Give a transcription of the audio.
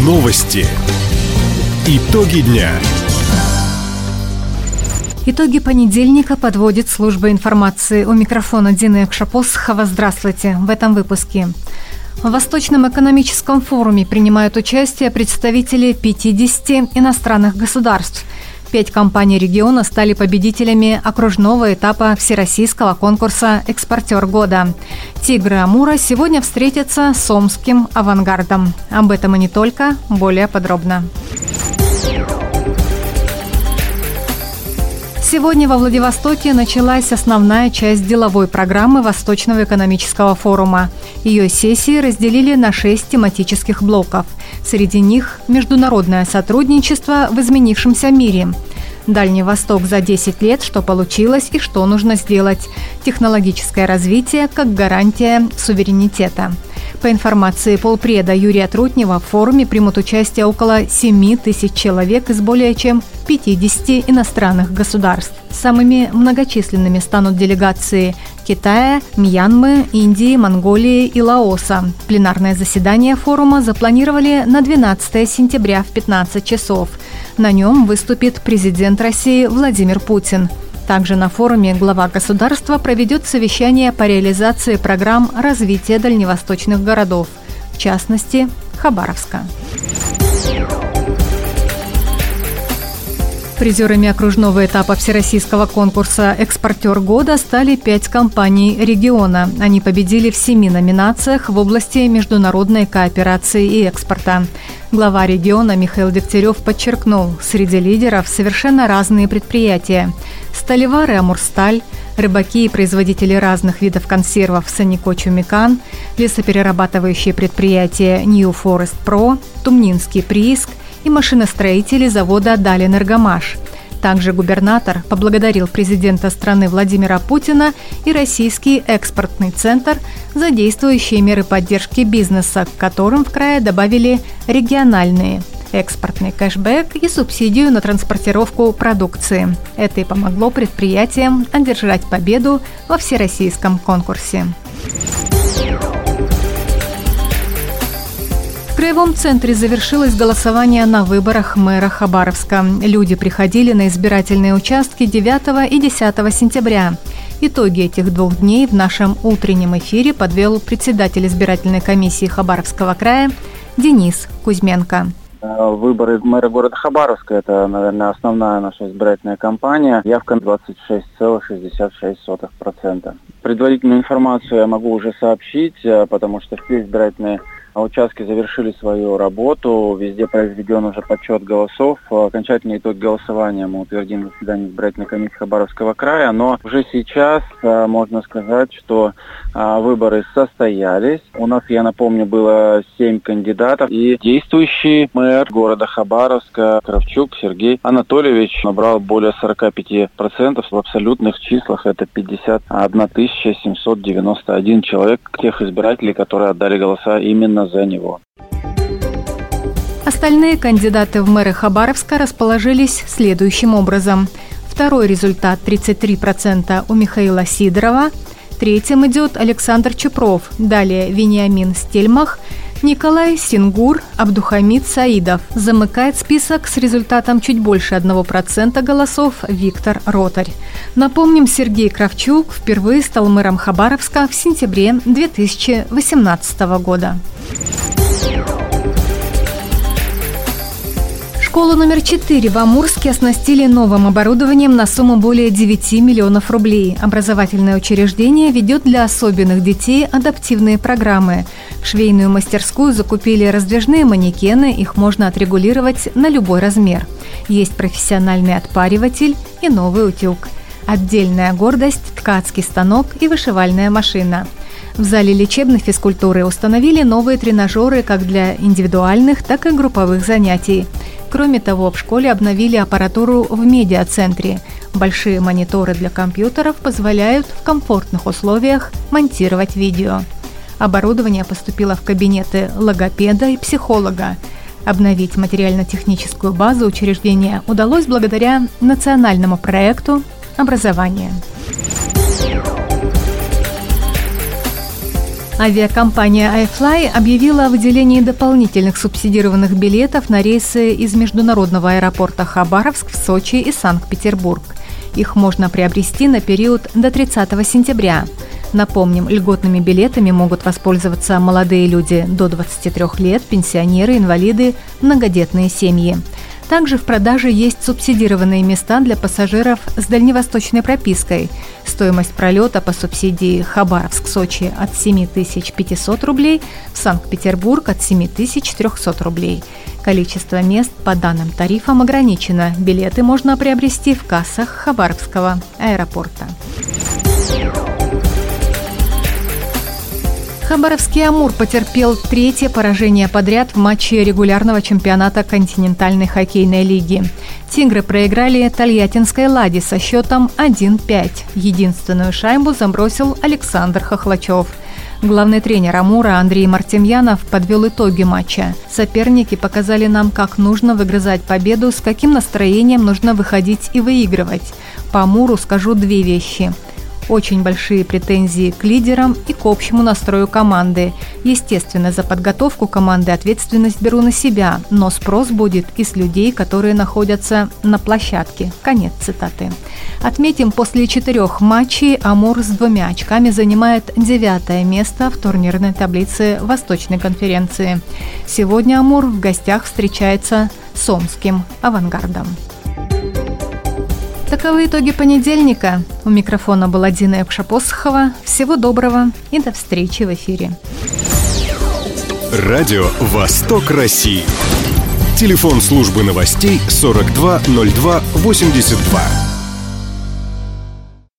Новости. Итоги дня. Итоги понедельника подводит служба информации. У микрофона Дина Экшапосхова. Здравствуйте. В этом выпуске. В Восточном экономическом форуме принимают участие представители 50 иностранных государств. 5 компаний региона стали победителями окружного этапа всероссийского конкурса «Экспортер года». «Тигры Амура» сегодня встретятся с омским «Авангардом». Об этом и не только, более подробно. Сегодня во Владивостоке началась основная часть деловой программы Восточного экономического форума. Ее сессии разделили на 6 тематических блоков. Среди них международное сотрудничество в изменившемся мире. Дальний Восток за 10 лет, что получилось и что нужно сделать. Технологическое развитие как гарантия суверенитета. По информации полпреда Юрия Трутнева, в форуме примут участие около 7 тысяч человек из более чем 50 иностранных государств. Самыми многочисленными станут делегации Китая, Мьянмы, Индии, Монголии и Лаоса. Пленарное заседание форума запланировали на 12 сентября в 15 часов. На нем выступит президент России Владимир Путин. Также на форуме глава государства проведет совещание по реализации программ развития дальневосточных городов, в частности, Хабаровска. Призерами окружного этапа всероссийского конкурса «Экспортер года» стали 5 компаний региона. Они победили в 7 номинациях в области международной кооперации и экспорта. Глава региона Михаил Дегтярев подчеркнул, среди лидеров совершенно разные предприятия. Сталевары «Амурсталь», рыбаки и производители разных видов консервов «Санико Чумикан», лесоперерабатывающие предприятия «Нью Форест Про», «Тумнинский прииск» и машиностроители завода «Далэнергомаш». Также губернатор поблагодарил президента страны Владимира Путина и Российский экспортный центр за действующие меры поддержки бизнеса, к которым в крае добавили региональные экспортный кэшбэк и субсидию на транспортировку продукции. Это и помогло предприятиям одержать победу во всероссийском конкурсе. В Краевом центре завершилось голосование на выборах мэра Хабаровска. Люди приходили на избирательные участки 9 и 10 сентября. Итоги этих 2 дней в нашем утреннем эфире подвел председатель избирательной комиссии Хабаровского края Денис Кузьменко. Выборы мэра города Хабаровска – это, наверное, основная наша избирательная кампания. Явка 26,66%. Предварительную информацию я могу уже сообщить, потому что все избирательные участки завершили свою работу, везде произведен уже подсчет голосов. Окончательный итог голосования мы утвердим на заседании избирательной комиссии Хабаровского края, но уже сейчас можно сказать, что выборы состоялись. У нас, я напомню, было 7 кандидатов, и действующий мэр города Хабаровска Кравчук Сергей Анатольевич набрал более 45%. В абсолютных числах это 51 791 человек тех избирателей, которые отдали голоса именно за него. Остальные кандидаты в мэры Хабаровска расположились следующим образом. Второй результат 33% у Михаила Сидорова. Третьим идет Александр Чупров. Далее Вениамин Стельмах, Николай Сингур, Абдухамид Саидов. Замыкает список с результатом чуть больше 1% голосов Виктор Ротарь. Напомним, Сергей Кравчук впервые стал мэром Хабаровска в сентябре 2018 года. Школу номер 4 в Амурске оснастили новым оборудованием на сумму более 9 миллионов рублей. Образовательное учреждение ведет для особенных детей адаптивные программы. В швейную мастерскую закупили раздвижные манекены, их можно отрегулировать на любой размер. Есть профессиональный отпариватель и новый утюг. Отдельная гордость – ткацкий станок и вышивальная машина. В зале лечебной физкультуры установили новые тренажеры как для индивидуальных, так и групповых занятий. Кроме того, в школе обновили аппаратуру в медиацентре. Большие мониторы для компьютеров позволяют в комфортных условиях монтировать видео. Оборудование поступило в кабинеты логопеда и психолога. Обновить материально-техническую базу учреждения удалось благодаря национальному проекту «Образование». Авиакомпания iFly объявила о выделении дополнительных субсидированных билетов на рейсы из международного аэропорта Хабаровск в Сочи и Санкт-Петербург. Их можно приобрести на период до 30 сентября. Напомним, льготными билетами могут воспользоваться молодые люди до 23 лет, пенсионеры, инвалиды, многодетные семьи. Также в продаже есть субсидированные места для пассажиров с дальневосточной пропиской. Стоимость пролета по субсидии Хабаровск-Сочи от 7500 рублей, в Санкт-Петербург от 7300 рублей. Количество мест по данным тарифам ограничено. Билеты можно приобрести в кассах Хабаровского аэропорта. Хабаровский «Амур» потерпел 3-е поражение подряд в матче регулярного чемпионата континентальной хоккейной лиги. «Тигры» проиграли тольяттинской «Ладе» со счетом 1-5. Единственную шайбу забросил Александр Хохлачев. Главный тренер «Амура» Андрей Мартемьянов подвел итоги матча. Соперники показали нам, как нужно выгрызать победу, с каким настроением нужно выходить и выигрывать. По «Амуру» скажу 2 вещи. Очень большие претензии к лидерам и к общему настрою команды. Естественно, за подготовку команды ответственность беру на себя, но спрос будет и с людей, которые находятся на площадке. Конец цитаты. Отметим, после 4 матчей «Амур» с 2 очками занимает 9-е место в турнирной таблице Восточной конференции. Сегодня «Амур» в гостях встречается с омским «Авангардом». Таковы итоги понедельника. У микрофона была Дина Якшапосхова. Всего доброго и до встречи в эфире. Радио «Восток России». Телефон службы новостей 42 02 82.